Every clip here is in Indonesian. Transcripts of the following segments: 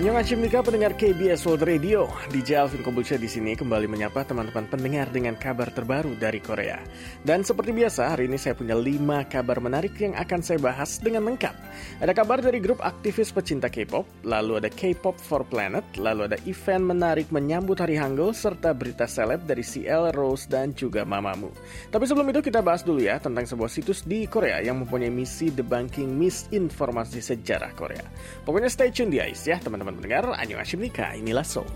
Annyeonghaseyo pendengar KBS World Radio. DJ Alvin Kobulsya di sini kembali menyapa teman-teman pendengar dengan kabar terbaru dari Korea. Dan seperti biasa, hari ini saya punya 5 kabar menarik yang akan saya bahas dengan lengkap. Ada kabar dari grup aktivis pecinta K-pop, lalu ada K-pop for Planet, lalu ada event menarik menyambut Hari Hangul, serta berita seleb dari CL, Rose, dan juga Mamamoo. Tapi sebelum itu kita bahas dulu ya tentang sebuah situs di Korea yang mempunyai misi debunking misinformasi sejarah Korea. Pokoknya stay tune di ICE ya teman-teman pendengar. Annyeonghaseyo, inilah So.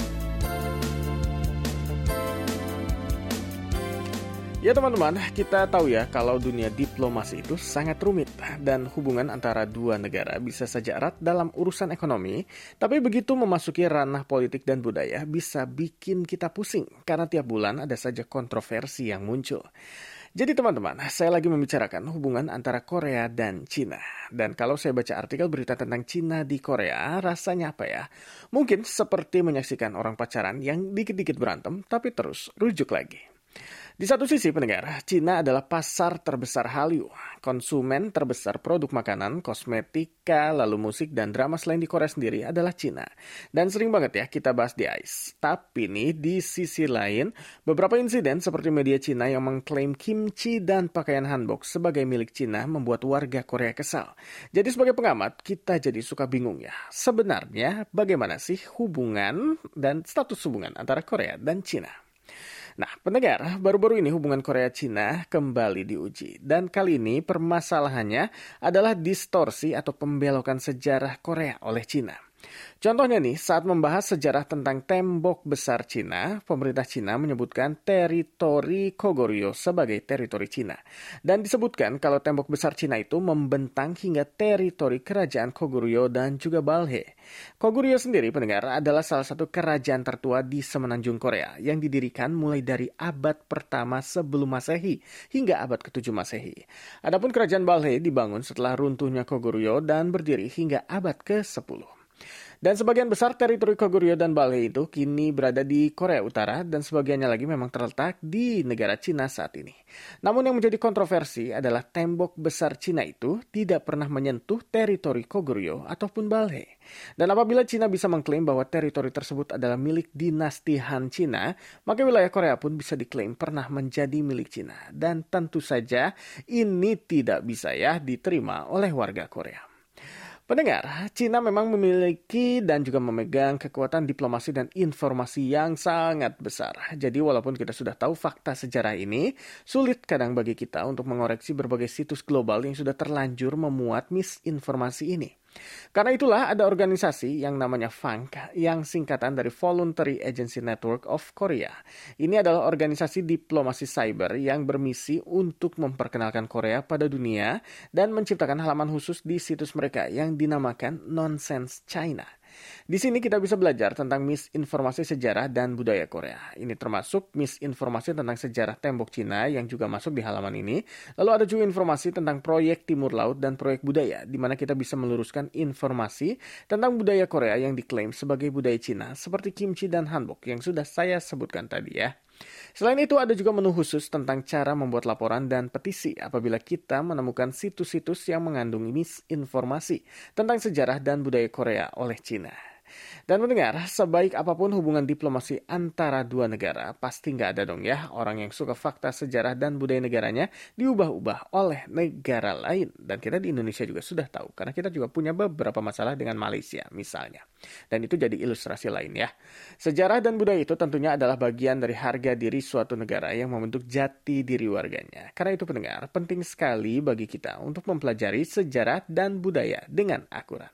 Ya teman-teman, kita tahu ya kalau dunia diplomasi itu sangat rumit dan hubungan antara dua negara bisa saja erat dalam urusan ekonomi, tapi begitu memasuki ranah politik dan budaya bisa bikin kita pusing karena tiap bulan ada saja kontroversi yang muncul. Jadi teman-teman, saya lagi membicarakan hubungan antara Korea dan Cina. Dan kalau saya baca artikel berita tentang Cina di Korea, rasanya apa ya? Mungkin seperti menyaksikan orang pacaran yang dikit-dikit berantem, tapi terus rujuk lagi. Di satu sisi pendengar, Cina adalah pasar terbesar Hallyu, konsumen terbesar produk makanan, kosmetika, lalu musik dan drama selain di Korea sendiri adalah Cina. Dan sering banget ya kita bahas di ICE. Tapi nih di sisi lain, beberapa insiden seperti media Cina yang mengklaim kimchi dan pakaian hanbok sebagai milik Cina membuat warga Korea kesal. Jadi sebagai pengamat, kita jadi suka bingung ya. Sebenarnya bagaimana sih hubungan dan status hubungan antara Korea dan Cina? Nah, pendengar, baru-baru ini hubungan Korea-Cina kembali diuji. Dan kali ini permasalahannya adalah distorsi atau pembelokan sejarah Korea oleh Cina. Contohnya nih, saat membahas sejarah tentang tembok besar Cina, pemerintah Cina menyebutkan teritori Koguryo sebagai teritori Cina. Dan disebutkan kalau tembok besar Cina itu membentang hingga teritori kerajaan Koguryo dan juga Balhae. Koguryo sendiri, pendengar, adalah salah satu kerajaan tertua di semenanjung Korea yang didirikan mulai dari abad pertama sebelum Masehi hingga abad ke-7 Masehi. Adapun kerajaan Balhae dibangun setelah runtuhnya Koguryo dan berdiri hingga abad ke-10. Dan sebagian besar teritori Koguryo dan Balhae itu kini berada di Korea Utara dan sebagiannya lagi memang terletak di negara Cina saat ini. Namun yang menjadi kontroversi adalah tembok besar Cina itu tidak pernah menyentuh teritori Koguryo ataupun Balhae. Dan apabila Cina bisa mengklaim bahwa teritori tersebut adalah milik dinasti Han Cina, maka wilayah Korea pun bisa diklaim pernah menjadi milik Cina. Dan tentu saja ini tidak bisa ya diterima oleh warga Korea. Pendengar, Cina memang memiliki dan juga memegang kekuatan diplomasi dan informasi yang sangat besar. Jadi walaupun kita sudah tahu fakta sejarah ini, sulit kadang bagi kita untuk mengoreksi berbagai situs global yang sudah terlanjur memuat misinformasi ini. Karena itulah ada organisasi yang namanya FANK yang singkatan dari Voluntary Agency Network of Korea. Ini adalah organisasi diplomasi cyber yang bermisi untuk memperkenalkan Korea pada dunia dan menciptakan halaman khusus di situs mereka yang dinamakan Nonsense China. Di sini kita bisa belajar tentang misinformasi sejarah dan budaya Korea. Ini termasuk misinformasi tentang sejarah tembok Cina yang juga masuk di halaman ini. Lalu ada juga informasi tentang proyek Timur Laut dan proyek budaya, di mana kita bisa meluruskan informasi tentang budaya Korea yang diklaim sebagai budaya Cina, seperti kimchi dan hanbok yang sudah saya sebutkan tadi ya. Selain itu ada juga menu khusus tentang cara membuat laporan dan petisi apabila kita menemukan situs-situs yang mengandung misinformasi tentang sejarah dan budaya Korea oleh Cina. Dan mendengar, sebaik apapun hubungan diplomasi antara dua negara, pasti nggak ada dong ya orang yang suka fakta sejarah dan budaya negaranya diubah-ubah oleh negara lain. Dan kita di Indonesia juga sudah tahu, karena kita juga punya beberapa masalah dengan Malaysia misalnya. Dan itu jadi ilustrasi lain ya. Sejarah dan budaya itu tentunya adalah bagian dari harga diri suatu negara yang membentuk jati diri warganya. Karena itu pendengar, penting sekali bagi kita untuk mempelajari sejarah dan budaya dengan akurat.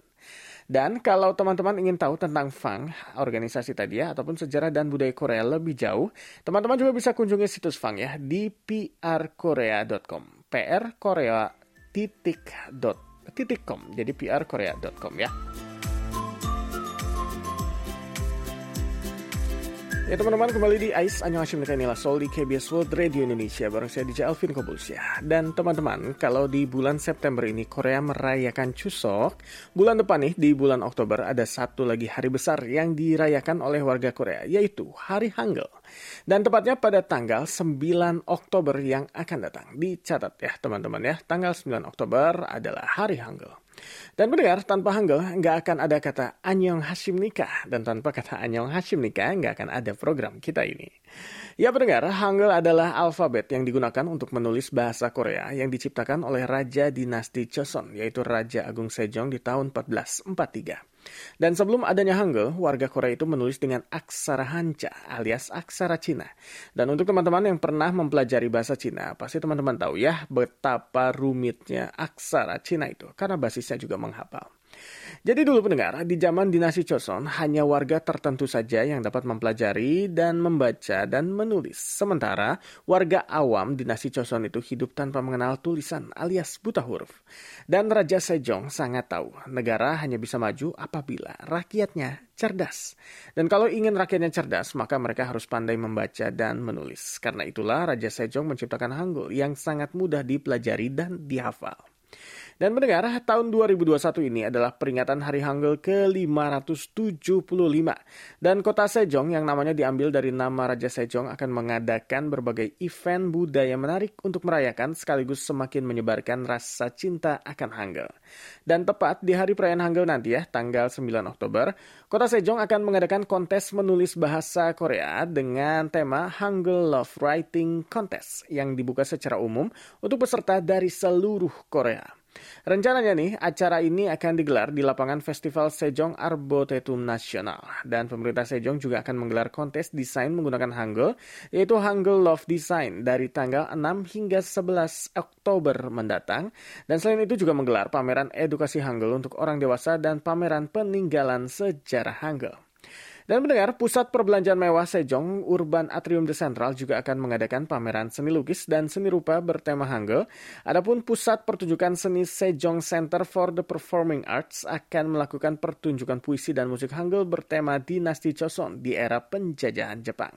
Dan kalau teman-teman ingin tahu tentang FANK, organisasi tadi ya, ataupun sejarah dan budaya Korea lebih jauh, teman-teman juga bisa kunjungi situs FANK ya di prkorea.com. prkorea.com. Jadi prkorea.com ya. Ya teman-teman, kembali di ICE. Annyeonghaseyo, inilah Sol di KBS World Radio Indonesia. Bareng saya DJ Alvin Kobulsya. Dan teman-teman, kalau di bulan September ini Korea merayakan Chuseok, bulan depan nih di bulan Oktober ada satu lagi hari besar yang dirayakan oleh warga Korea, yaitu Hari Hangul. Dan tepatnya pada tanggal 9 Oktober yang akan datang. Dicatat ya teman-teman ya, tanggal 9 Oktober adalah Hari Hangul. Dan mendengar, tanpa Hangul nggak akan ada kata Annyeong Hashimnika. Dan tanpa kata Annyeong Hashimnika nggak akan ada program kita ini. Ya pendengar, Hangul adalah alfabet yang digunakan untuk menulis bahasa Korea yang diciptakan oleh Raja Dinasti Joseon, yaitu Raja Agung Sejong di tahun 1443. Dan sebelum adanya Hangul, warga Korea itu menulis dengan aksara Hanja alias aksara Cina. Dan untuk teman-teman yang pernah mempelajari bahasa Cina, pasti teman-teman tahu ya betapa rumitnya aksara Cina itu, karena basisnya juga menghafal. Jadi dulu pendengar, di zaman dinasti Joseon, hanya warga tertentu saja yang dapat mempelajari dan membaca dan menulis. Sementara warga awam dinasti Joseon itu hidup tanpa mengenal tulisan alias buta huruf. Dan Raja Sejong sangat tahu, negara hanya bisa maju apabila rakyatnya cerdas. Dan kalau ingin rakyatnya cerdas, maka mereka harus pandai membaca dan menulis. Karena itulah Raja Sejong menciptakan Hangul yang sangat mudah dipelajari dan dihafal. Dan mendengar, tahun 2021 ini adalah peringatan Hari Hangul ke-575. Dan kota Sejong yang namanya diambil dari nama Raja Sejong akan mengadakan berbagai event budaya menarik untuk merayakan sekaligus semakin menyebarkan rasa cinta akan Hangul. Dan tepat di hari perayaan Hangul nanti ya, tanggal 9 Oktober, kota Sejong akan mengadakan kontes menulis bahasa Korea dengan tema Hangul Love Writing Contest yang dibuka secara umum untuk peserta dari seluruh Korea. Rencananya nih, acara ini akan digelar di lapangan Festival Sejong Arboretum Nasional. Dan pemerintah Sejong juga akan menggelar kontes desain menggunakan Hangul, yaitu Hangul Love Design dari tanggal 6 hingga 11 Oktober mendatang. Dan selain itu juga menggelar pameran edukasi Hangul untuk orang dewasa dan pameran peninggalan sejarah Hangul. Dan mendengar, pusat perbelanjaan mewah Sejong Urban Atrium The Central juga akan mengadakan pameran seni lukis dan seni rupa bertema Hangul. Adapun pusat pertunjukan seni Sejong Center for the Performing Arts akan melakukan pertunjukan puisi dan musik Hangul bertema Dinasti Joseon di era penjajahan Jepang.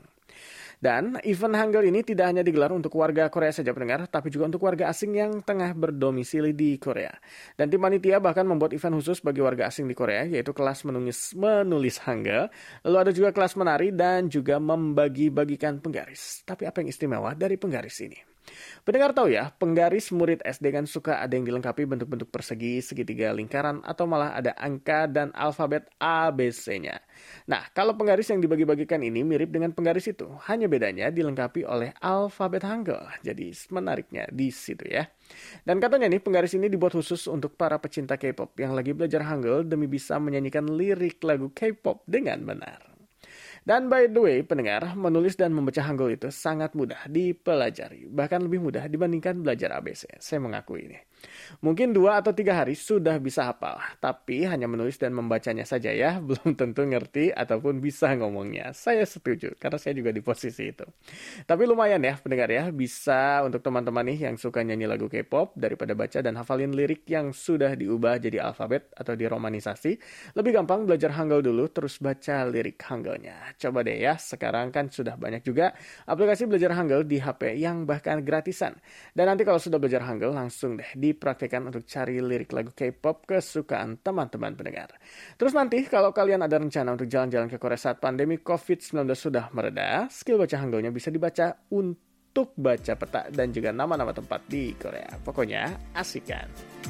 Dan event Hangul ini tidak hanya digelar untuk warga Korea saja pendengar, tapi juga untuk warga asing yang tengah berdomisili di Korea. Dan tim panitia bahkan membuat event khusus bagi warga asing di Korea, yaitu kelas menulis Hangul, lalu ada juga kelas menari dan juga membagi-bagikan penggaris. Tapi apa yang istimewa dari penggaris ini? Pendengar tahu ya, penggaris murid SD kan suka ada yang dilengkapi bentuk-bentuk persegi, segitiga, lingkaran, atau malah ada angka dan alfabet ABC-nya. Nah, kalau penggaris yang dibagi-bagikan ini mirip dengan penggaris itu, hanya bedanya dilengkapi oleh alfabet Hangul. Jadi menariknya di situ ya. Dan katanya nih, penggaris ini dibuat khusus untuk para pecinta K-pop yang lagi belajar Hangul demi bisa menyanyikan lirik lagu K-pop dengan benar. Dan by the way, pendengar, menulis dan membaca Hangul itu sangat mudah dipelajari. Bahkan lebih mudah dibandingkan belajar ABC. Saya mengakui ini. Mungkin 2 atau 3 hari sudah bisa hafal. Tapi hanya menulis dan membacanya saja ya. Belum tentu ngerti ataupun bisa ngomongnya. Saya setuju, karena saya juga di posisi itu. Tapi lumayan ya, pendengar ya. Bisa untuk teman-teman nih yang suka nyanyi lagu K-pop, daripada baca dan hafalin lirik yang sudah diubah jadi alfabet atau diromanisasi, lebih gampang belajar Hangul dulu, terus baca lirik Hangulnya. Coba deh ya, sekarang kan sudah banyak juga aplikasi belajar Hangul di HP yang bahkan gratisan. Dan nanti kalau sudah belajar Hangul, langsung deh dipraktikkan untuk cari lirik lagu K-pop kesukaan teman-teman pendengar. Terus nanti kalau kalian ada rencana untuk jalan-jalan ke Korea saat pandemi COVID-19 sudah mereda, skill baca Hangulnya bisa dibaca untuk baca peta dan juga nama-nama tempat di Korea. Pokoknya asik kan?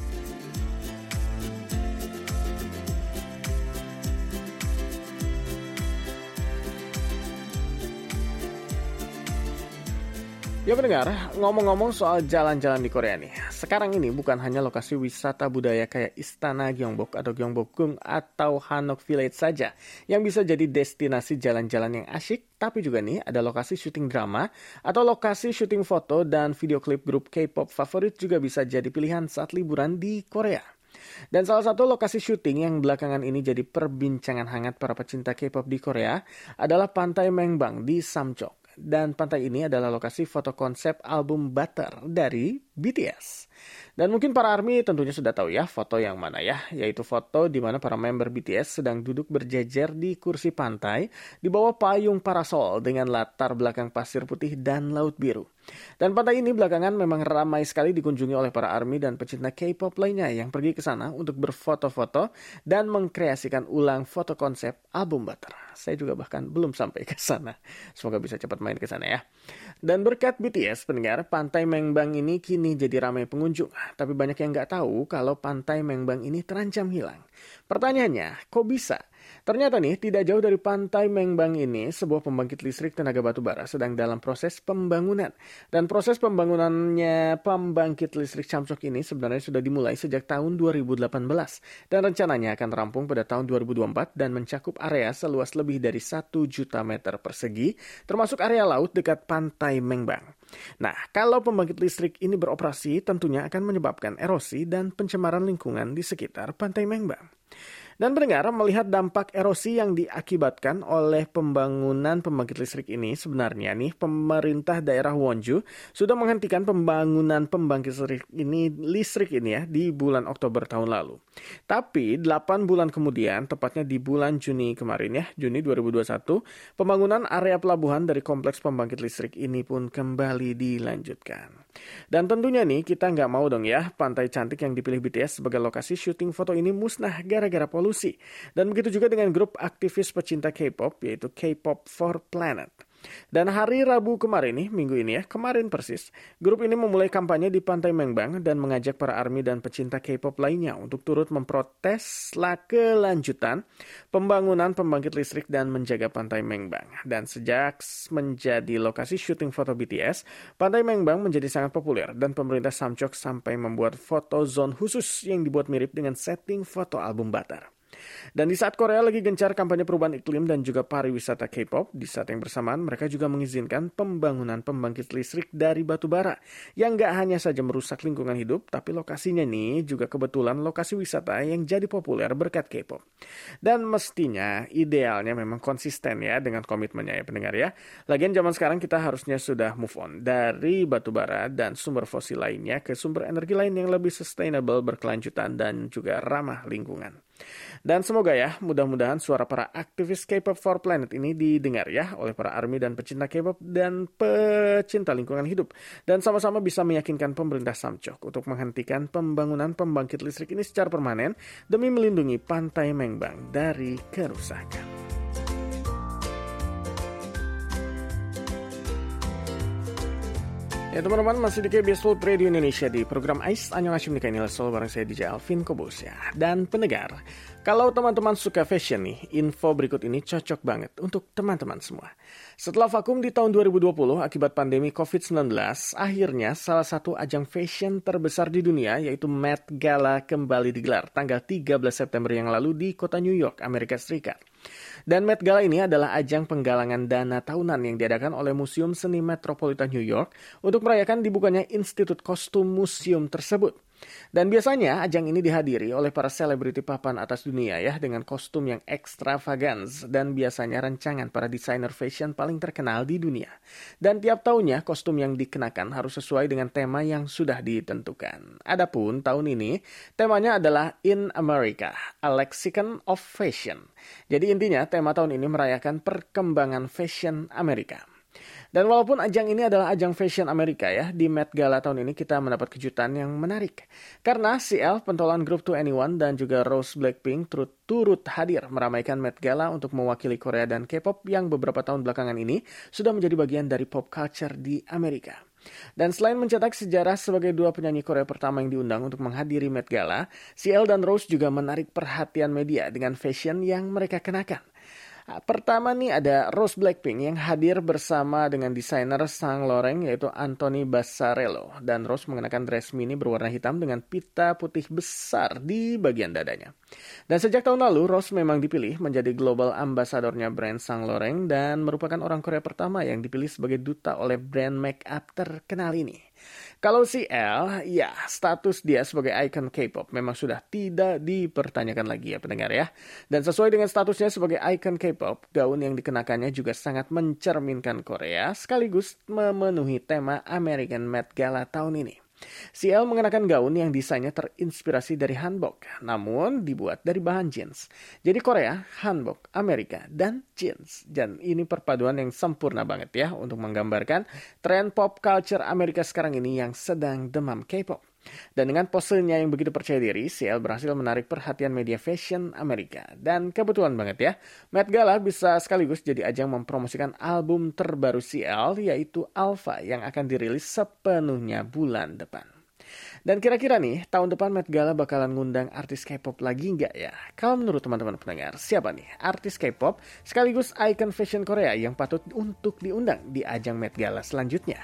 Ya pendengar, ngomong-ngomong soal jalan-jalan di Korea nih. Sekarang ini bukan hanya lokasi wisata budaya kayak Istana Gyeongbok atau Gyeongbokgung atau Hanok Village saja yang bisa jadi destinasi jalan-jalan yang asyik, tapi juga nih ada lokasi syuting drama atau lokasi syuting foto dan video klip grup K-pop favorit juga bisa jadi pilihan saat liburan di Korea. Dan salah satu lokasi syuting yang belakangan ini jadi perbincangan hangat para pecinta K-pop di Korea adalah Pantai Mengbang di Samcheok. Dan pantai ini adalah lokasi foto konsep album Butter dari BTS. Dan mungkin para ARMY tentunya sudah tahu ya foto yang mana ya, yaitu foto di mana para member BTS sedang duduk berjejer di kursi pantai di bawah payung parasol dengan latar belakang pasir putih dan laut biru. Dan pantai ini belakangan memang ramai sekali dikunjungi oleh para ARMY dan pecinta K-pop lainnya yang pergi ke sana untuk berfoto-foto dan mengkreasikan ulang foto konsep album Butter. Saya juga bahkan belum sampai ke sana. Semoga bisa cepat main ke sana ya. Dan berkat BTS, pendengar, Pantai Mengbang ini kini ini jadi ramai pengunjung, tapi banyak yang nggak tahu kalau Pantai Mengbang ini terancam hilang. Pertanyaannya, kok bisa? Ternyata nih, tidak jauh dari Pantai Mengbang ini, sebuah pembangkit listrik tenaga batubara sedang dalam proses pembangunan. Dan proses pembangunannya pembangkit listrik Samsok ini sebenarnya sudah dimulai sejak tahun 2018. Dan rencananya akan rampung pada tahun 2024 dan mencakup area seluas lebih dari 1 juta meter persegi, termasuk area laut dekat Pantai Mengbang. Nah, kalau pembangkit listrik ini beroperasi, tentunya akan menyebabkan erosi dan pencemaran lingkungan di sekitar Pantai Mengbang. Dan pendengar, melihat dampak erosi yang diakibatkan oleh pembangunan pembangkit listrik ini, sebenarnya nih pemerintah daerah Wonju sudah menghentikan pembangunan pembangkit listrik ini ya di bulan Oktober tahun lalu. Tapi 8 bulan kemudian, tepatnya di bulan Juni kemarin ya, Juni 2021, pembangunan area pelabuhan dari kompleks pembangkit listrik ini pun kembali dilanjutkan. Dan tentunya nih kita nggak mau dong ya pantai cantik yang dipilih BTS sebagai lokasi syuting foto ini musnah gara-gara polusi. Dan begitu juga dengan grup aktivis pecinta K-pop yaitu K-pop for Planet. Dan hari Rabu kemarin nih, minggu ini ya, kemarin persis, grup ini memulai kampanye di Pantai Mengbang dan mengajak para ARMY dan pecinta K-pop lainnya untuk turut memprotes kelanjutan pembangunan pembangkit listrik dan menjaga Pantai Mengbang. Dan sejak menjadi lokasi syuting foto BTS, Pantai Mengbang menjadi sangat populer dan pemerintah Samsok sampai membuat foto zone khusus yang dibuat mirip dengan setting foto album Butter. Dan di saat Korea lagi gencar kampanye perubahan iklim dan juga pariwisata K-pop, di saat yang bersamaan mereka juga mengizinkan pembangunan pembangkit listrik dari batu bara yang nggak hanya saja merusak lingkungan hidup, tapi lokasinya nih juga kebetulan lokasi wisata yang jadi populer berkat K-pop. Dan mestinya idealnya memang konsisten ya dengan komitmennya ya pendengar ya. Lagian zaman sekarang kita harusnya sudah move on dari batu bara dan sumber fosil lainnya ke sumber energi lain yang lebih sustainable, berkelanjutan dan juga ramah lingkungan. Dan semoga ya, mudah-mudahan suara para aktivis K-pop for Planet ini didengar ya oleh para ARMY dan pecinta K-pop dan pecinta lingkungan hidup. Dan sama-sama bisa meyakinkan pemerintah Samsok untuk menghentikan pembangunan pembangkit listrik ini secara permanen demi melindungi Pantai Mengbang dari kerusakan. Ya teman-teman, masih di KBS World Radio Indonesia di program AIS Annyeonghaseyo Nika Nilai Sol bareng saya DJ Alvin Kobos ya. Dan pendengar, kalau teman-teman suka fashion nih, info berikut ini cocok banget untuk teman-teman semua. Setelah vakum di tahun 2020 akibat pandemi COVID-19, akhirnya salah satu ajang fashion terbesar di dunia yaitu Met Gala kembali digelar tanggal 13 September yang lalu di kota New York, Amerika Serikat. Dan Met Gala ini adalah ajang penggalangan dana tahunan yang diadakan oleh Museum Seni Metropolitan New York untuk merayakan dibukanya Institut Kostum Museum tersebut. Dan biasanya ajang ini dihadiri oleh para selebriti papan atas dunia ya dengan kostum yang ekstravagans dan biasanya rancangan para desainer fashion paling terkenal di dunia. Dan tiap tahunnya kostum yang dikenakan harus sesuai dengan tema yang sudah ditentukan. Adapun tahun ini temanya adalah In America, a Lexicon of Fashion. Jadi intinya tema tahun ini merayakan perkembangan fashion Amerika. Dan walaupun ajang ini adalah ajang fashion Amerika ya, di Met Gala tahun ini kita mendapat kejutan yang menarik. Karena CL, pentolan grup 2NE1 dan juga Rose Blackpink turut hadir meramaikan Met Gala untuk mewakili Korea dan K-pop yang beberapa tahun belakangan ini sudah menjadi bagian dari pop culture di Amerika. Dan selain mencetak sejarah sebagai dua penyanyi Korea pertama yang diundang untuk menghadiri Met Gala, CL dan Rose juga menarik perhatian media dengan fashion yang mereka kenakan. Pertama nih ada Rose Blackpink yang hadir bersama dengan desainer Saint Laurent yaitu Anthony Bassarello. Dan Rose mengenakan dress mini berwarna hitam dengan pita putih besar di bagian dadanya. Dan sejak tahun lalu Rose memang dipilih menjadi global ambassadornya brand Saint Laurent dan merupakan orang Korea pertama yang dipilih sebagai duta oleh brand make up terkenal ini. Kalau CL, ya status dia sebagai icon K-pop memang sudah tidak dipertanyakan lagi ya pendengar ya. Dan sesuai dengan statusnya sebagai icon K-pop, gaun yang dikenakannya juga sangat mencerminkan Korea sekaligus memenuhi tema American Met Gala tahun ini. CL mengenakan gaun yang desainnya terinspirasi dari hanbok, namun dibuat dari bahan jeans. Jadi Korea, hanbok, Amerika, dan jeans. Dan ini perpaduan yang sempurna banget ya untuk menggambarkan tren pop culture Amerika sekarang ini yang sedang demam K-pop. Dan dengan posenya yang begitu percaya diri, CL berhasil menarik perhatian media fashion Amerika. Dan kebetulan banget ya, Met Gala bisa sekaligus jadi ajang mempromosikan album terbaru CL yaitu Alpha yang akan dirilis sepenuhnya bulan depan. Dan kira-kira nih, tahun depan Met Gala bakalan ngundang artis K-pop lagi nggak ya? Kalau menurut teman-teman pendengar, siapa nih artis K-pop sekaligus icon fashion Korea yang patut untuk diundang di ajang Met Gala selanjutnya?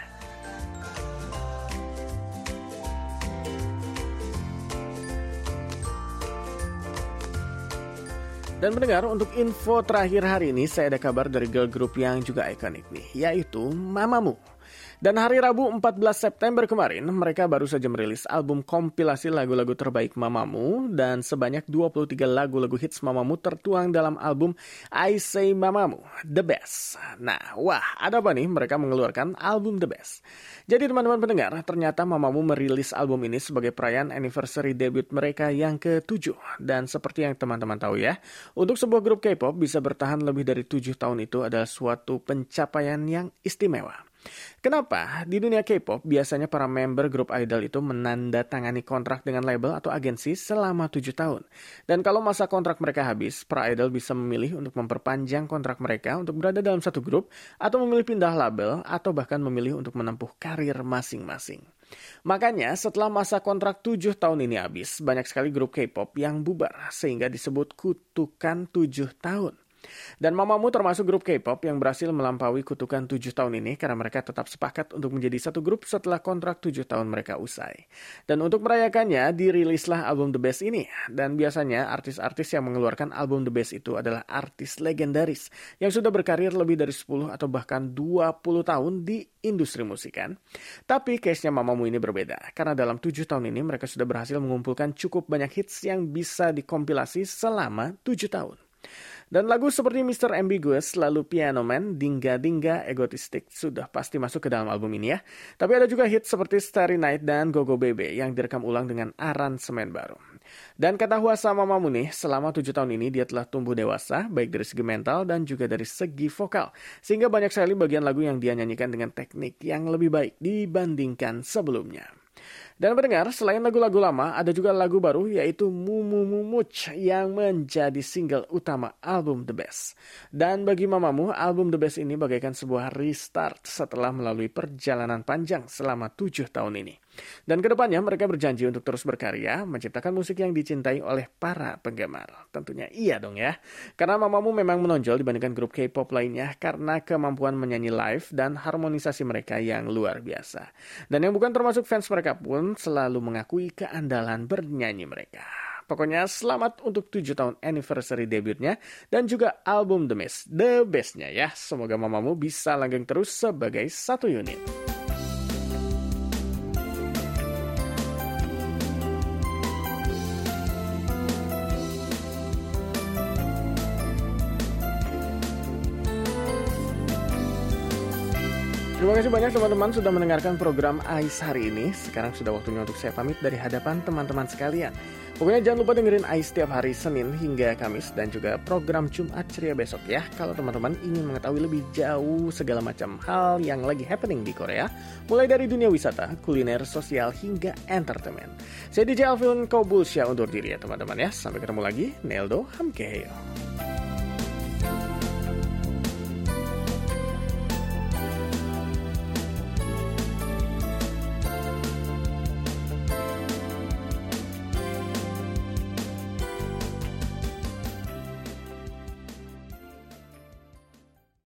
Dan pendengar, untuk info terakhir hari ini, saya ada kabar dari girl group yang juga ikonik nih, yaitu Mamamoo. Dan hari Rabu 14 September kemarin, mereka baru saja merilis album kompilasi lagu-lagu terbaik Mamamoo, dan sebanyak 23 lagu-lagu hits Mamamoo tertuang dalam album I Say Mamamoo, The Best. Nah, wah, ada apa nih mereka mengeluarkan album The Best? Jadi teman-teman pendengar, ternyata Mamamoo merilis album ini sebagai perayaan anniversary debut mereka yang ke-7. Dan seperti yang teman-teman tahu ya, untuk sebuah grup K-pop bisa bertahan lebih dari 7 tahun itu adalah suatu pencapaian yang istimewa. Kenapa? Di dunia K-pop, biasanya para member grup idol itu menandatangani kontrak dengan label atau agensi selama 7 tahun. Dan kalau masa kontrak mereka habis, para idol bisa memilih untuk memperpanjang kontrak mereka untuk berada dalam satu grup, atau memilih pindah label, atau bahkan memilih untuk menempuh karir masing-masing. Makanya setelah masa kontrak 7 tahun ini habis, banyak sekali grup K-pop yang bubar, sehingga disebut kutukan 7 tahun. Dan Mamamoo termasuk grup K-pop yang berhasil melampaui kutukan 7 tahun ini karena mereka tetap sepakat untuk menjadi satu grup setelah kontrak 7 tahun mereka usai. Dan untuk merayakannya, dirilislah album The Best ini. Dan biasanya artis-artis yang mengeluarkan album The Best itu adalah artis legendaris yang sudah berkarir lebih dari 10 atau bahkan 20 tahun di industri musik kan. Tapi case-nya Mamamoo ini berbeda, karena dalam 7 tahun ini mereka sudah berhasil mengumpulkan cukup banyak hits yang bisa dikompilasi selama 7 tahun. Dan lagu seperti Mr. Ambiguous, lalu Piano Man, Dingga Dingga, Egotistic sudah pasti masuk ke dalam album ini ya. Tapi ada juga hit seperti Starry Night dan Go Go Baby yang direkam ulang dengan aransemen baru. Dan kata Hwasa Mamamoo nih, selama 7 tahun ini dia telah tumbuh dewasa, baik dari segi mental dan juga dari segi vokal. Sehingga banyak sekali bagian lagu yang dia nyanyikan dengan teknik yang lebih baik dibandingkan sebelumnya. Dan pendengar, selain lagu-lagu lama, ada juga lagu baru yaitu Mumumuch yang menjadi single utama album The Best. Dan bagi Mamamoo, album The Best ini bagaikan sebuah restart setelah melalui perjalanan panjang selama 7 tahun ini. Dan kedepannya mereka berjanji untuk terus berkarya, menciptakan musik yang dicintai oleh para penggemar. Tentunya iya dong ya. Karena Mamamoo memang menonjol dibandingkan grup K-pop lainnya karena kemampuan menyanyi live dan harmonisasi mereka yang luar biasa. Dan yang bukan termasuk fans mereka pun selalu mengakui keandalan bernyanyi mereka. Pokoknya selamat untuk 7 tahun anniversary debutnya dan juga album The Best-nya ya. Semoga Mamamoo bisa langgeng terus sebagai satu unit. Terima kasih banyak teman-teman sudah mendengarkan program AIS hari ini. Sekarang sudah waktunya untuk saya pamit dari hadapan teman-teman sekalian. Pokoknya jangan lupa dengerin AIS setiap hari Senin hingga Kamis dan juga program Jumat Ceria besok ya. Kalau teman-teman ingin mengetahui lebih jauh segala macam hal yang lagi happening di Korea, mulai dari dunia wisata, kuliner, sosial, hingga entertainment. Saya DJ Alvin Kobulsya undur diri ya teman-teman ya. Sampai ketemu lagi. Neldo Hamkeheyo.